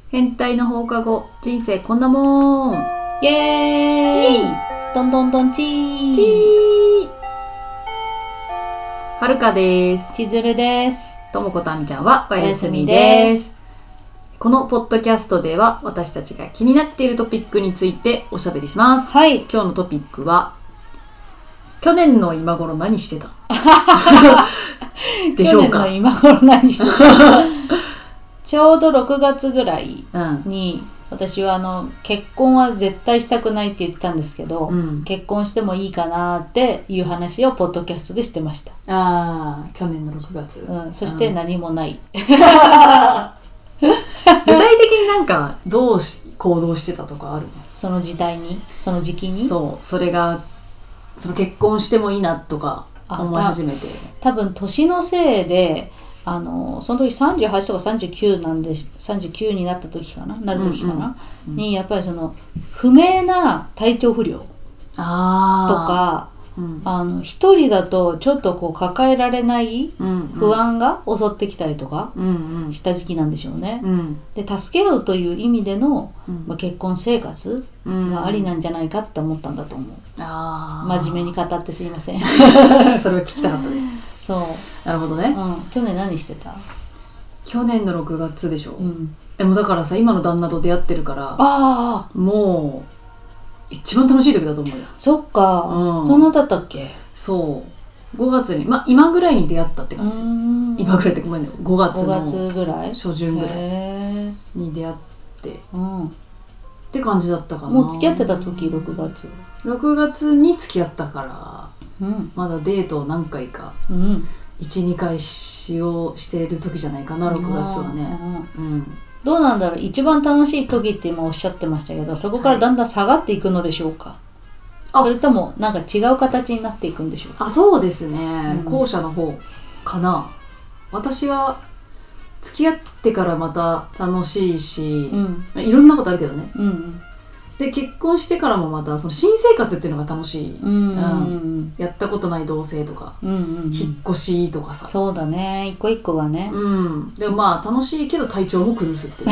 変態の放課後人生こんなもん。 イエーイどんどんどんちーチーはるかです。 ちずるです。 ともこたんちゃんはおやすみです。このポッドキャストでは私たちが気になっているトピックについておしゃべりします。 はい。 今日のトピックは去年の今頃何してたでしょうか。 去年の今頃何してたちょうど6月ぐらいに、私は結婚は絶対したくないって言ってたんですけど、結婚してもいいかなっていう話をポッドキャストでしてました。 去年の6月、 そして何もない具体的になんかどう行動してたとかあるの？ その時期にそれが結婚してもいいなとか思い始めて、 多分年のせいでその時38とか39なんで、39になる時かな、にやっぱりその不明な体調不良とか、一人だとちょっとこう抱えられない不安が襲ってきたりとかした時期なんでしょうね。で助け合うという意味での、結婚生活がありなんじゃないかって思ったんだと思う。真面目に語ってすいませんそれは聞きたかったです。 そう。 なるほどね。 去年何してた？ 去年の6月でしょ。でもだからさ、今の旦那と出会ってるから、もう一番楽しい時だと思うよ。 そっか、そんなだったっけ？ そう。5月に今ぐらいに出会ったって感じ。今ぐらいってごめんね。5月ぐらい？ 初旬ぐらいに出会って、って感じだったかな。 もう付き合ってた時 6月に付き合ったから、まだデートを何回か、1,2 回してる時じゃないかな、6月はね。 どうなんだろう、一番楽しい時って今おっしゃってましたけど、そこからだんだん下がっていくのでしょうか？それともなんか違う形になっていくんでしょうか？ そうですね、後者の方かな。私は付き合ってからまた楽しいし、いろんなことあるけどね、で結婚してからもまたその新生活っていうのが楽しい、やったことない同棲とか、引っ越しとかさ。 そうだね、一個一個がね。 でもまあ楽しいけど体調も崩すっていう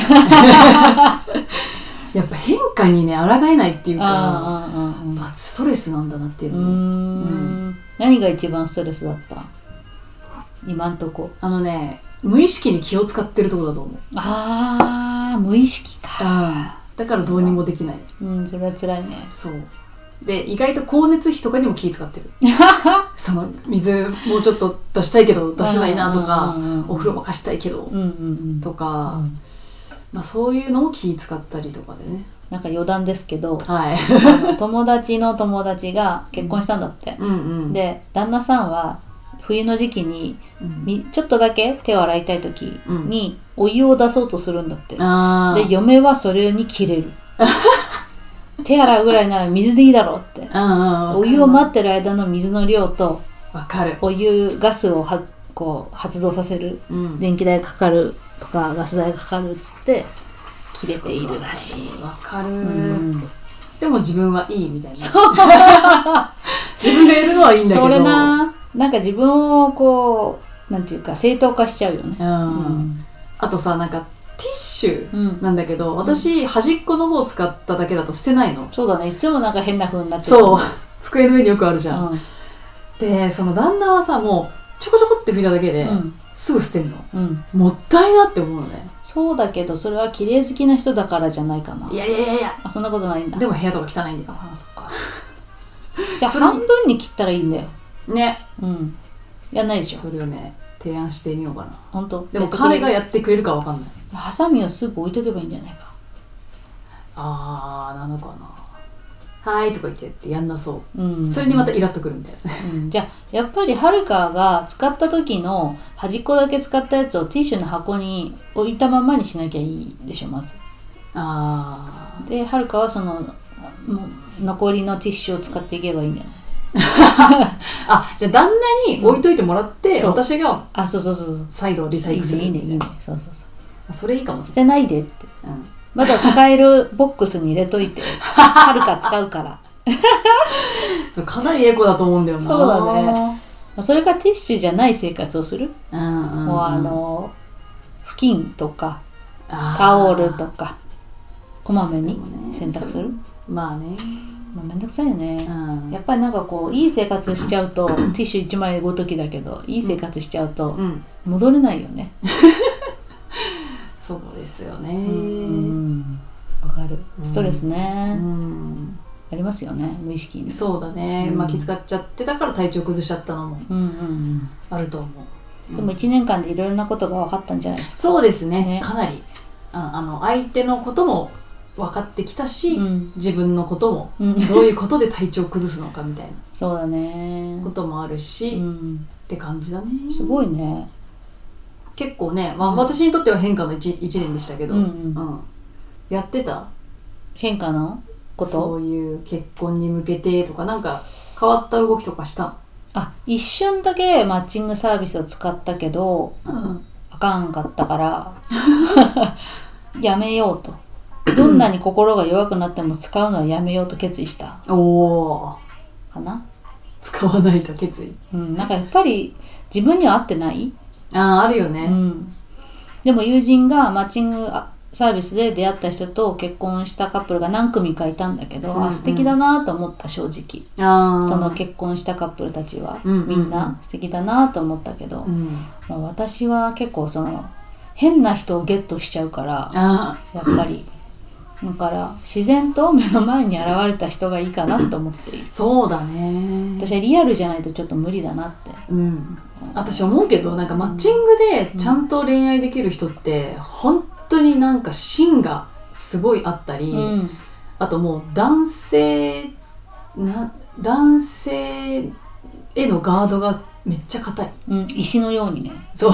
やっぱ変化にね抗えないっていうか、ストレスなんだなっていうの。 何が一番ストレスだった？今んとこ。 無意識に気を使ってるところだと思う。 無意識か。 だからどうにもできない。 それは辛いね。 そうで、意外と光熱費とかにも気使ってるその水もうちょっと出したいけど出せないなとか、お風呂も貸したいけど、とか、そういうのも気使ったりとかでね。 なんか余談ですけど、友達の友達が結婚したんだって。で旦那さんは冬の時期に、ちょっとだけ手を洗いたい時にお湯を出そうとするんだって。で嫁はそれにキレる手洗うぐらいなら水でいいだろうって。お湯を待ってる間の水の量とお湯ガスをこう発動させる、電気代かかるとかガス代かかるっつってキレているらしい。 わかる、でも自分はいいみたいな自分がやるのはいいんだけど、 それなんか自分をこうなんていうか正当化しちゃうよね。 あとさ、なんかティッシュなんだけど、私端っこの方使っただけだと捨てないの。そうだね、いつもなんか変な風になってる。 そう机の上によくあるじゃん、でその旦那はさ、もうちょこちょこって拭いただけで、すぐ捨てんの、もったいなって思うのね。 そうだけどそれは綺麗好きな人だからじゃないかな。 いやそんなことないんだ。 でも部屋とか汚いんだよ。 そっかじゃあ半分に切ったらいいんだよね。やんないでしょ。 それをね提案してみようかな。 本当？ でも彼がやってくれるかわかんない。 ハサミをすぐ置いとけばいいんじゃないか。 なのかな。はいとか言ってやんなそう、それにまたイラっとくるみたいな、 じゃあやっぱりはるかが使った時の端っこだけ使ったやつをティッシュの箱に置いたままにしなきゃいいでしょ、まず。ではるかはその残りのティッシュを使っていけばいいんじゃないじゃあ旦那に置いといてもらって、私がそう再度リサイクルする。いいね。それいいかも。 捨てないでって、まだ使えるボックスに入れといてはるか使うからかなりエコだと思うんだよな。 そうだね。それからティッシュじゃない生活をする。もう布巾とかタオルとかこまめに洗濯する。 まあね、 めんどくさいよね、やっぱりなんかこういい生活しちゃうとティッシュ1枚ごときだけどいい生活しちゃうと戻れないよね、 そうですよね。 わかる。ストレスね、ありますよね、無意識に。 そうだね、気遣っちゃってたから体調崩しちゃったのもあると思う。 でも1年間でいろいろなことが分かったんじゃないですか。 そうですね、かなり相手のことも分かってきたし、自分のことも、どういうことで体調崩すのかみたいなそうだねこともあるし、って感じだね。 すごいね。 結構ね、私にとっては変化の 1年でしたけど、やってた変化のこと、 そういう結婚に向けてとかなんか変わった動きとかしたの？ 一瞬だけマッチングサービスを使ったけど、あかんかったからやめようと。どんなに心が弱くなっても使うのはやめようと決意した。かな。 使わないと決意。 なんかやっぱり自分には合ってない。 あるよね。 でも友人がマッチングサービスで出会った人と結婚したカップルが何組かいたんだけど、素敵だなと思った。正直その結婚したカップルたちは、みんな素敵だなと思ったけど、私は結構その変な人をゲットしちゃうからやっぱりだから自然と目の前に現れた人がいいかなと思っている。 そうだね。 私はリアルじゃないとちょっと無理だなって、 私思うけど、なんかマッチングでちゃんと恋愛できる人って本当になんか芯がすごいあったり、あともう男性へのガードがめっちゃ硬い、 石のようにね。 そう、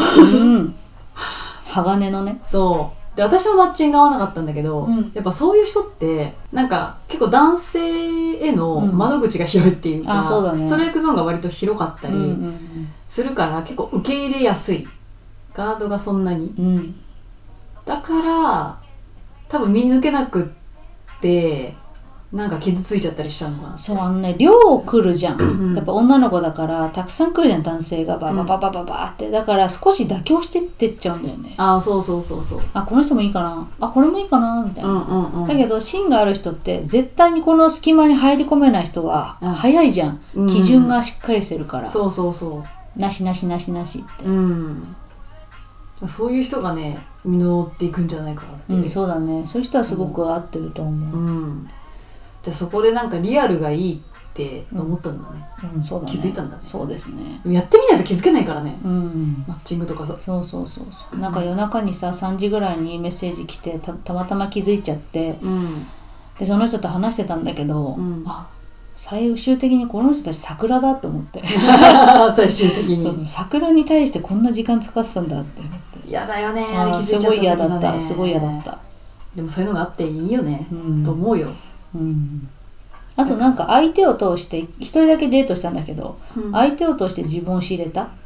鋼のね。 そうで、私はマッチング合わなかったんだけど、やっぱそういう人ってなんか結構男性への窓口が広いっていうか、ストライクゾーンが割と広かったりするから、結構受け入れやすい、ガードがそんなに、だから多分見抜けなくってなんか傷ついちゃったりしちゃうのかな。 そうね、量来るじゃん、やっぱ女の子だからたくさん来るじゃん、男性がババババババって、だから少し妥協してってっちゃうんだよね。 そうそうそうそう。この人もいいかな、これもいいかなみたいな、だけど芯がある人って絶対にこの隙間に入り込めない人は早いじゃん、基準がしっかりしてるから、 そうそうそう、 なしなしなしなしって、 そういう人がね実っていくんじゃないかなって、 そうだね、そういう人はすごく合ってると思う、 じゃあそこでなんかリアルがいいって思ったんだね、 そうだね、 気づいたんだね。 そうですね、 やってみないと気づけないからね、マッチングとかさ。 そうなんか夜中にさ3時ぐらいにメッセージ来て たまたま気づいちゃって、でその人と話してたんだけど、最終的にこの人たち桜だって思って最終的にそう桜に対してこんな時間使ってたんだって思って、 嫌だよね、気づいすごい嫌だった、すごい嫌だった。 でもそういうのがあっていいよね、と思うよ。 あとなんか相手を通して一人だけデートしたんだけど、相手を通して自分を知れた。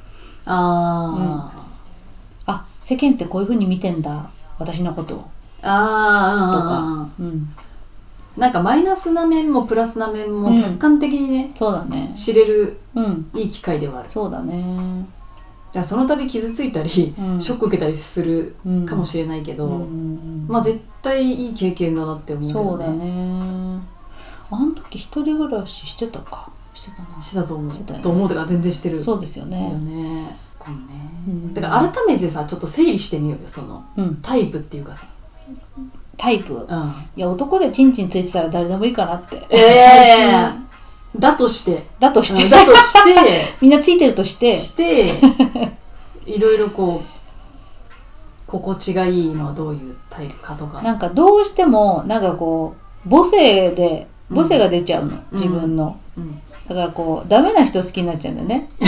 世間ってこういう風に見てんだ私のことを、とか、なんかマイナスな面もプラスな面も客観的にね、 そうだね、 知れる、いい機会ではある。 そうだね。 だからその度傷ついたり、ショック受けたりするかもしれないけど、絶対いい経験だなって思うけどね。そうだね。 あの時一人暮らししてたか、してたな、 してたと思う、と思うから全然してる。 そうですよね。 だから改めてさ、ちょっと整理してみようよ、その、タイプっていうかさ、 タイプ、いや男でチンチンついてたら誰でもいいかなって、 だとしてみんなついてるとしていろいろこう心地がいいのはどういうタイプかとか、 なんかどうしてもなんかこう母性が出ちゃうの、自分の、だからこうダメな人好きになっちゃうんだよね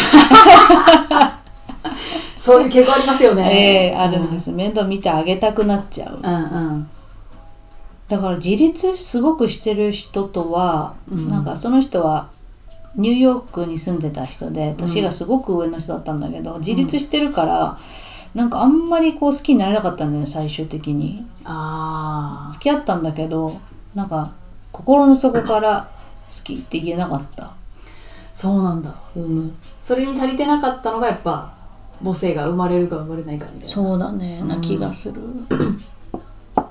そういう傾向ありますよね。 あるんです、面倒見てあげたくなっちゃう、だから自立すごくしてる人とは、なんかその人はニューヨークに住んでた人で年がすごく上の人だったんだけど、自立してるからなんかあんまりこう好きになれなかったんだよね、最終的に。付き合ったんだけどなんか心の底から好きって言えなかった。 そうなんだ、それに足りてなかったのがやっぱ母性が生まれるか生まれないかみたいな。 そうだね、な気がする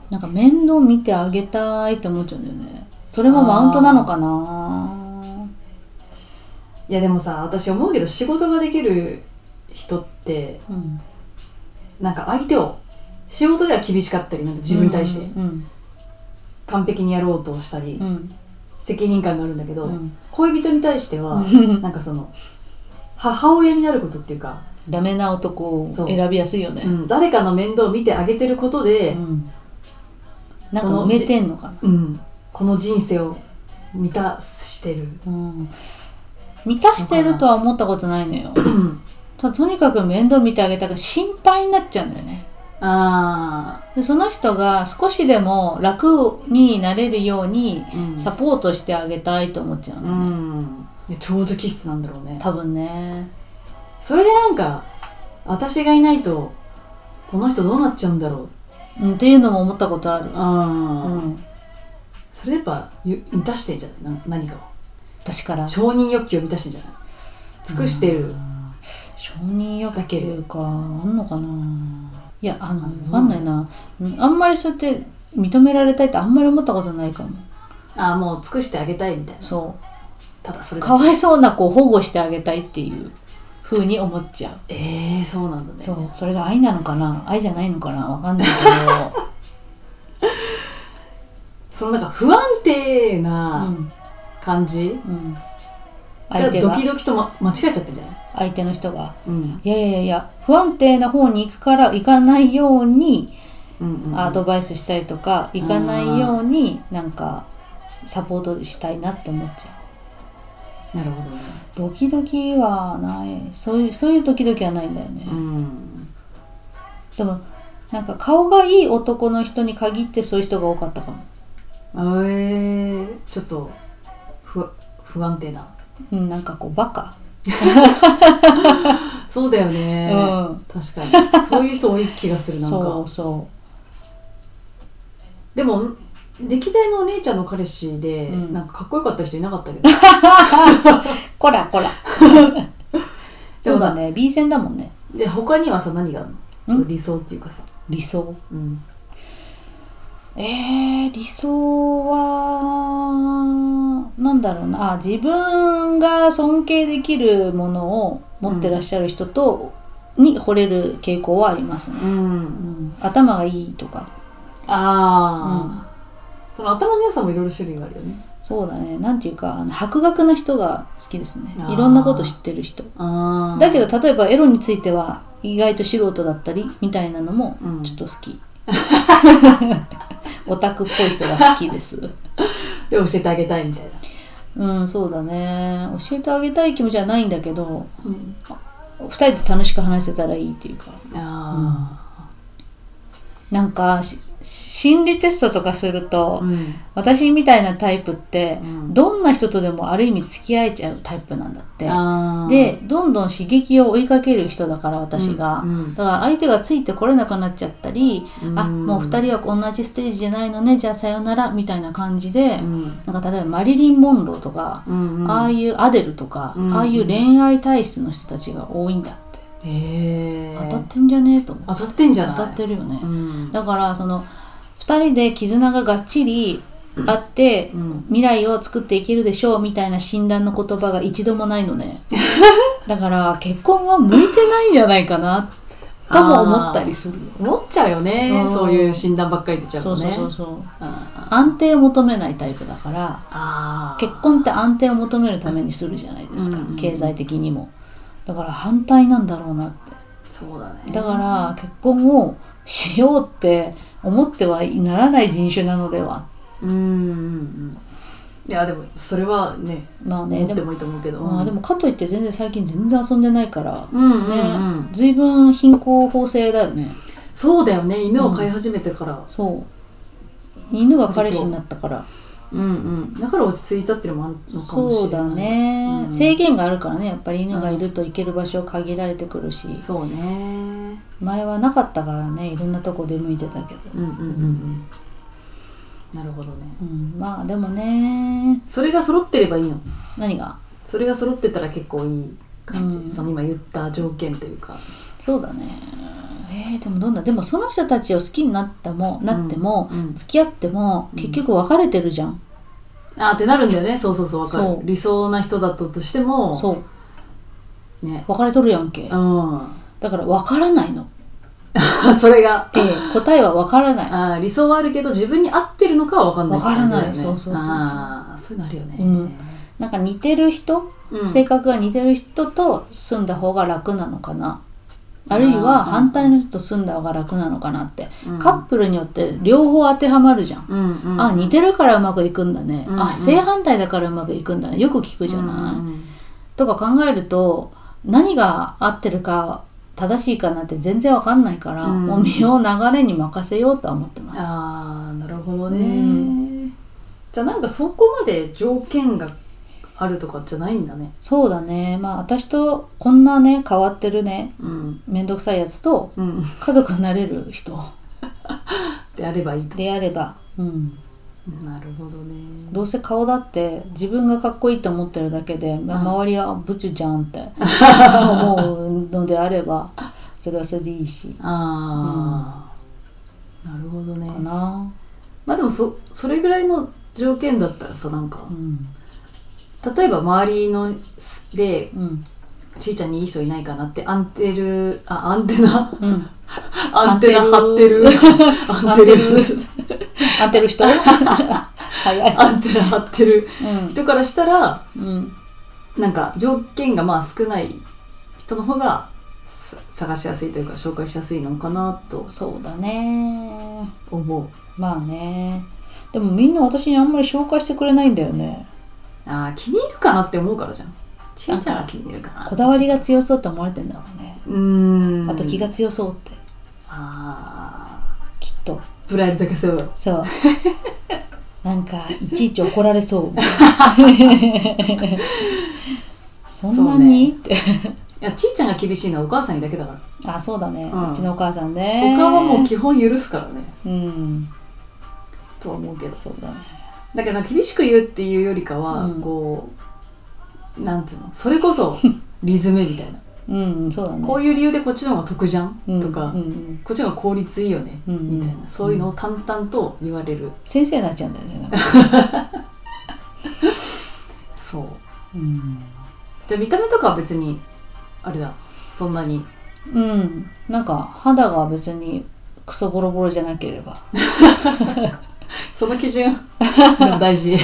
なんか面倒見てあげたいって思っちゃうんだよね。それもマウントなのかな。 いやでもさ、私思うけど仕事ができる人って、なんか相手を仕事では厳しかったり、なんか自分に対して完璧にやろうとしたり、責任感があるんだけど、恋人に対してはなんかその母親になることっていうか、 ダメな男を選びやすいよね。 誰かの面倒を見てあげてることで、 なんか埋めてんのかな。 この人生を満たしてる、 満たしてるとは思ったことないのよ。とにかく面倒見てあげたから心配になっちゃうんだよね。でその人が少しでも楽になれるようにサポートしてあげたいと思っちゃうのね。 長女気質なんだろうね、 多分ね。 それでなんか私がいないとこの人どうなっちゃうんだろう、っていうのも思ったことある。 それやっぱ満たしてんじゃない、何かを。 私から承認欲求を満たしてんじゃない、尽くしてる。 承認欲求か、あんのかな。いや、分かんないな。あんまりそうやって認められたいってあんまり思ったことないかも。 もう尽くしてあげたいみたいな。 そう。 ただそれかわいそうな子を保護してあげたいっていう風に思っちゃう。 そうなんだね。 そう、それが愛なのかな、愛じゃないのかな、分かんないけどそのなんか不安定な感じ、がドキドキと、間違えちゃってんじゃない、 相手の人が、いや不安定な方に行くから行かないようにアドバイスしたりとか、行かないようになんかサポートしたいなって思っちゃう。 なるほどね。 ドキドキはない、そういうドキドキはないんだよね。でもなんか顔がいい男の人に限ってそういう人が多かったかも。 ちょっと不安定な、 なんかこうバカそうだよね、確かにそういう人多い気がする。なんかそうでも歴代のお姉ちゃんの彼氏で、なんかかっこよかった人いなかったけどこらそうだね、 B 線だもんね。 で他にはさ、何があるの、その理想っていうかさ。 理想、理想はなんだろうな。自分が尊敬できるものを持ってらっしゃる人に惚れる傾向はありますね。頭がいいとか。 その頭の良さもいろいろ種類があるよね。 そうだね、なんていうか博学な人が好きですね。いろんなこと知ってる人だけど、例えばエロについては意外と素人だったりみたいなのもちょっと好き、オタクっぽい人が好きですで教えてあげたいみたいな。そうだね、教えてあげたい気持ちはないんだけど、2人で楽しく話せたらいいっていうか。なんか心理テストとかすると、私みたいなタイプって、どんな人とでもある意味付き合えちゃうタイプなんだって。でどんどん刺激を追いかける人だから、私が、だから相手がついてこれなくなっちゃったり、もう2人は同じステージじゃないのね、じゃあさよならみたいな感じで、なんか例えばマリリン・モンローとか、ああいうアデルとか、ああいう恋愛体質の人たちが多いんだって。当たってんじゃねえと思う。 当たってんじゃない？ 当たってるよね、だからその2人で絆ががっちりあって、未来を作っていけるでしょうみたいな診断の言葉が一度もないのねだから結婚は向いてないんじゃないかなとも思ったりする。 思っちゃうよね、そういう診断ばっかり出ちゃうとね。 そう安定を求めないタイプだから、結婚って安定を求めるためにするじゃないですか、経済的にも。だから反対なんだろうなって。 そうだね。 だから結婚をしようって思ってはならない人種なのでは。 いやでもそれはね、思ってもいいと思うけど、 でもかといって最近全然遊んでないからね、随分貧困法制だよね。 そうだよね、犬を飼い始めてから、 そう犬が彼氏になったから、 だから落ち着いたっていうのもあるのかもしれない。 そうだね、制限があるからね、やっぱり犬がいると行ける場所限られてくるし、 そうね、 前はなかったからね、いろんなとこ出向いてたけど。 なるほどね、 まあでもね、 それが揃ってればいいの。 何が？ それが揃ってたら結構いい感じ、その今言った条件というか。 そうだね、 でもでもその人たちを好きになっても、付き合っても結局別れてるじゃん。 ってなるんだよね。そう分かる。理想な人だったとしてもね、 別れとるやんけ。だから分からないの。 それが、 答えは分からない。 理想はあるけど自分に合ってるのかは分かんない、 分からない。そうそういうのあるよね。 なんか似てる人、性格が似てる人と住んだ方が楽なのかな、あるいは反対の人と住んだ方が楽なのかなって、カップルによって両方当てはまるじゃん。似てるからうまくいくんだね、正反対だからうまくいくんだね、よく聞くじゃない、とか考えると、何が合ってるか正しいかなって全然わかんないから、もう身を流れに任せようとは思ってます。 なるほどね。じゃあなんかそこまで条件があるとかじゃないんだね。 そうだね。私とこんなね変わってるね、めんどくさいやつと家族になれる人であればいいと。 であれば、 なるほどね。 どうせ顔だって自分がかっこいいと思ってるだけで、周りはブチュじゃんって思うのであれば、それはそれでいいし。 なるほどね。 かな。 でもそれぐらいの条件だったらさ、なんか、例えば周りので、ちいちゃんにいい人いないかなってアンテナ張ってるアンテル人アンテナ張ってる人からしたら、なんか条件が少ない人の方が探しやすいというか紹介しやすいのかなと。 そうだね、 思う。 ね。でもみんな私にあんまり紹介してくれないんだよね。 気に入るかなって思うからじゃん。ちいちゃんが気に入るかな。 こだわりが強そうって思われてんだろうね。あと気が強そうって。きっとプライド高そう。 そうなんかいちいち怒られそうそんなに、っていや、ちいちゃんが厳しいのはお母さんにだけだから。 そうだね、うちのお母さんね。 他はもう基本許すからね。とは思うけど。 そうだね。 だけど厳しく言うっていうよりかは、なんつうの、それこそリズムみたいな。 そうだね。 こういう理由でこっちの方が得じゃん、とか、こっちの方が効率いいよね、みたいな、そういうのを淡々と言われる。 先生になっちゃうんだよね。 そう。じゃあ見た目とかは別にあれだ、そんなに。 なんか肌が別にクソボロボロじゃなければ。 その基準でも大事。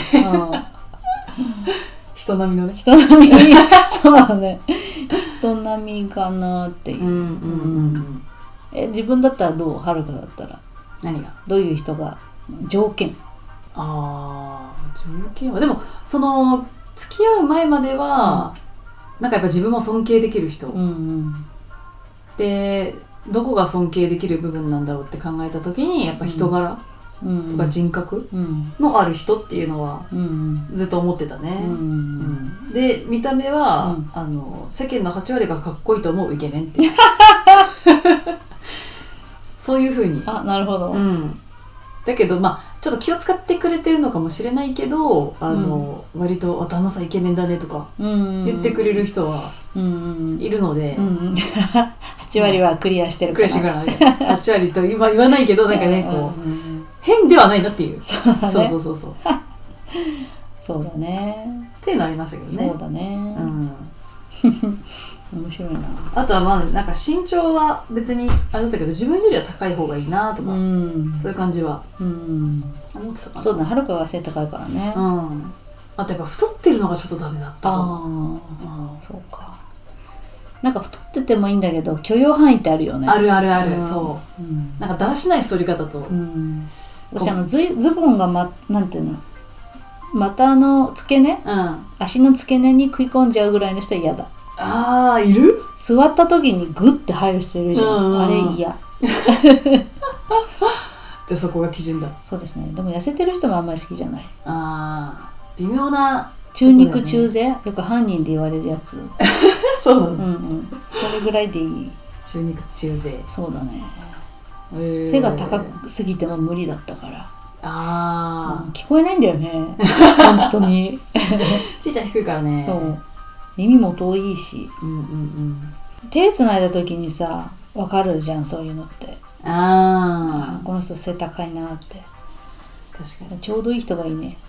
人並みのね。 人並みそうだね。人並みかなっていう。自分だったらどう？はるかだったら何が？ どういう人が条件？ 条件はでもその付き合う前までは、なんかやっぱ自分も尊敬できる人、でどこが尊敬できる部分なんだろうって考えた時にやっぱ人柄とか人格のある人っていうのはずっと思ってたね。で見た目は、世間の8割がかっこいいと思うイケメンっていうそういう風に。 なるほど。 だけどちょっと気を使ってくれてるのかもしれないけど、割と旦那さんイケメンだねとか言ってくれる人はいるので、 8割はクリアしてるかな。8割と今言わないけど、なんかね、こう変ではないなっていう。そうだねっていうのありましたけどね。 そうだね。面白いな。 あとはなんか身長は別にあれだったけど、自分よりは高い方がいいなとか、そういう感じは思ってたかな。 そうだね、はるかが背高いからね。 あとやっぱ太ってるのがちょっとダメだったかも。そうか。なんか太っててもいいんだけど許容範囲ってあるよね。 ある。そう。なんかだらしない太り方と。 私ズボンがなんていうの、股の付け根、足の付け根に食い込んじゃうぐらいの人は嫌だ。 いる？ 座った時にグッて入る人いるじゃん。あれ嫌。じゃあそこが基準だ。 そうですね。でも痩せてる人もあんまり好きじゃない。 微妙な。 中肉中背、よく犯人で言われるやつ。 そうなの。 それぐらいでいい。 中肉中背。 そうだね。背が高すぎても無理だったから。聞こえないんだよね。本当に。 ちいちゃん低いからね。 そう。耳も遠いし。手つないだ時にさ、 分かるじゃん、そういうのって。この人背高いなって。 確かにちょうどいい人がいいね。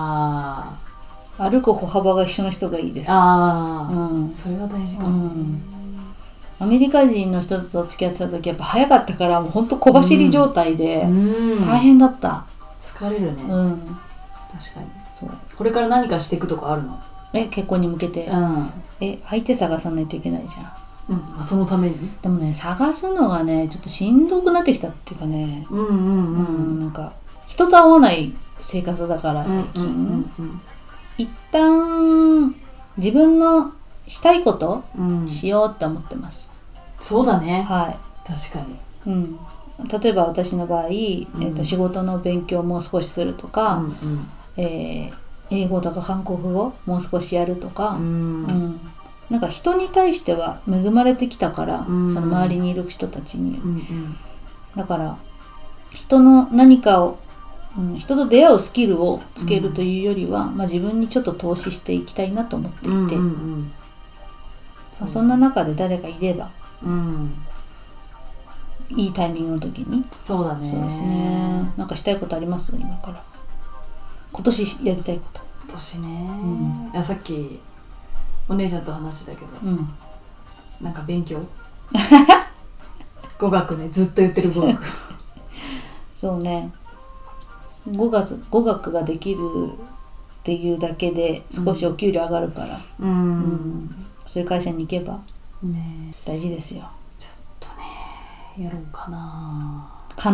歩く歩幅が一緒の人がいいです。 それは大事かも、 アメリカ人の人と付き合ってた時やっぱ早かったから、もうほんと小走り状態で大変だった。 疲れるね。確かに。 そう。 これから何かしていくとかあるの？ 結婚に向けて。相手探さないといけないじゃん。そのために。 でもね、探すのがねちょっとしんどくなってきたっていうかね。なんか人と会わない生活だから最近。一旦自分のしたいことしようって思ってます。 そうだね。 はい。 確かに。 例えば私の場合、仕事の勉強をもう少しするとか、英語とか韓国語もう少しやるとか、なんか人に対しては恵まれてきたから、その周りにいる人たちに、だから人の何かを、人と出会うスキルをつけるというよりは、自分にちょっと投資していきたいなと思っていて、そんな中で誰かいれば、いいタイミングの時に。 そうだね。 そうですね。なんかしたいことあります？今から今年やりたいこと。 今年ね、いやさっきお姉ちゃんと話してたけど、なんか勉強語学ね、ずっと言ってる語学そうね、語学ができるっていうだけで少しお給料上がるから、そういう会社に行けば大事ですよ。 ちょっとね、やろうかな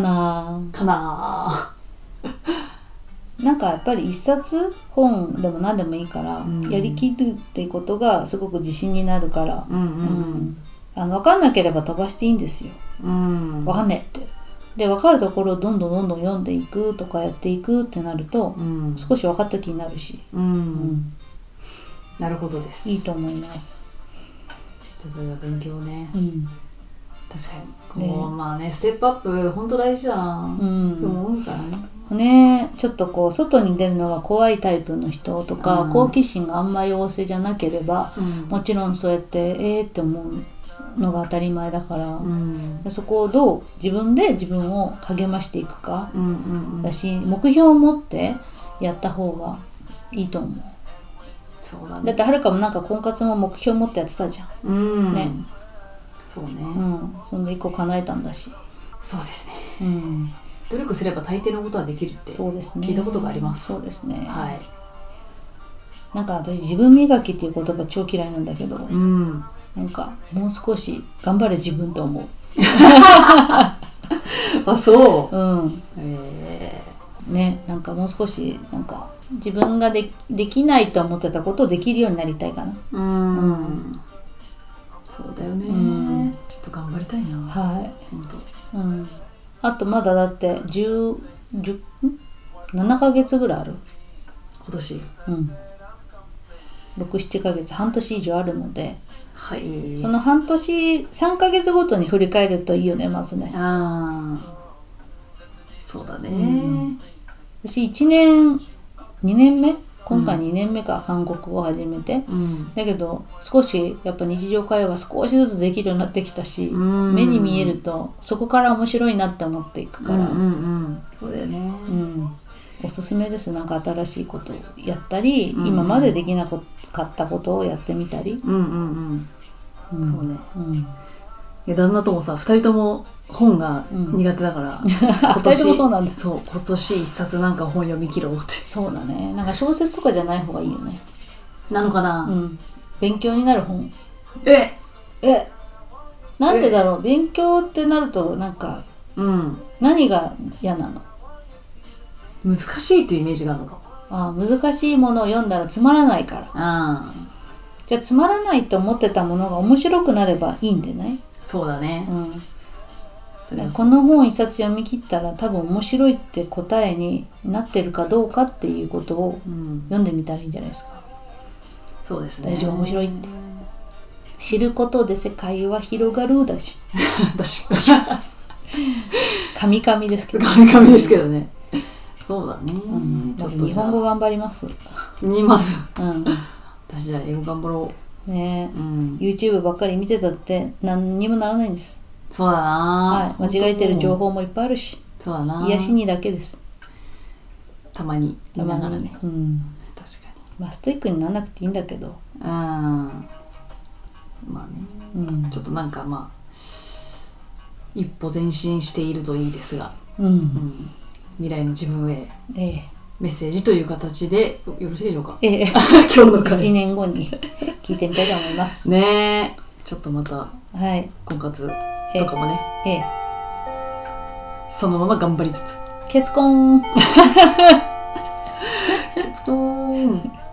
なんかやっぱり一冊本でも何でもいいから、やりきるっていうことがすごく自信になるから、分かんなければ飛ばしていいんですよ。分かんねえって。で分かるところをどんどん読んでいくとかやっていくってなると、少し分かった気になるし、 なるほどです。 いいと思います。 それが勉強ね、確かにこう、ステップアップ本当大事だなと思うからね。 ちょっとこう外に出るのが怖いタイプの人とか、好奇心があんまり旺盛じゃなければ、もちろんそうやってって思うのが当たり前だから、そこをどう自分で自分を励ましていくかだし、目標を持ってやった方がいいと思う。 そうだね。 だってはるかもなんか婚活も目標を持ってやってたじゃん。ね。 そうね。 そんで一個叶えたんだし。 そうですね。努力すれば大抵のことはできるって聞いたことがあります。 そうですね。 はい。 なんか私自分磨きっていう言葉超嫌いなんだけど、なんかもう少し頑張れ自分と思う。 あ、そう。 ね、なんかもう少しなんか自分ができないと思ってたことをできるようになりたいかな。 そうだよね。ちょっと頑張りたいな。 はい。本当。あとまだだって7ヶ月ぐらいある。 今年。 6、7ヶ月、半年以上あるので、 はい。 その半年3ヶ月ごとに振り返るといいよね、まずね。 そうだね。 私1年2年目今回2年目か、韓国語を始めて、だけど少しやっぱ日常会話少しずつできるようになってきたし、目に見えるとそこから面白いなって思っていくから、 そうだよね。 おすすめです。なんか新しいことをやったり、今までできなかったことをやってみたり。そうね。旦那ともさ、2人とも本が苦手だから、 2人ともそうなんだ。 そう、今年一冊なんか本読み切ろうって。 そうだね。なんか小説とかじゃない方がいいよね。 なのかな。 勉強になる本。なんでだろう。勉強ってなるとなんか、何が嫌なの？ 難しいっていうイメージがあるのかも。 難しいものを読んだらつまらないから。じゃあつまらないと思ってたものが面白くなればいいんでね。 そうだね。 この本一冊読み切ったら多分面白いって答えになってるかどうかっていうことを読んでみたらいいんじゃないですか。 そうですね。 大丈夫、面白いって。知ることで世界は広がるだし。カミカミですけど。 カミカミですけどね。そうだね。 日本語頑張ります。 見ます。私じゃあ英語頑張ろう。 ね、YouTube ばっかり見てたって何にもならないんです。 そうだな、 はい、間違えてる情報もいっぱいあるし、 そうだな、 癒しにだけです。 たまに見ながらね、 うん、 確かにストイックにならなくていいんだけど、 まあね、ちょっとなんかまあ一歩前進しているといいですが、未来の自分へメッセージという形でよろしいでしょうか。今日の回 1年後に聞いてみたいと思いますね。ちょっとまた婚活とかもね、そのまま頑張りつつ結婚結婚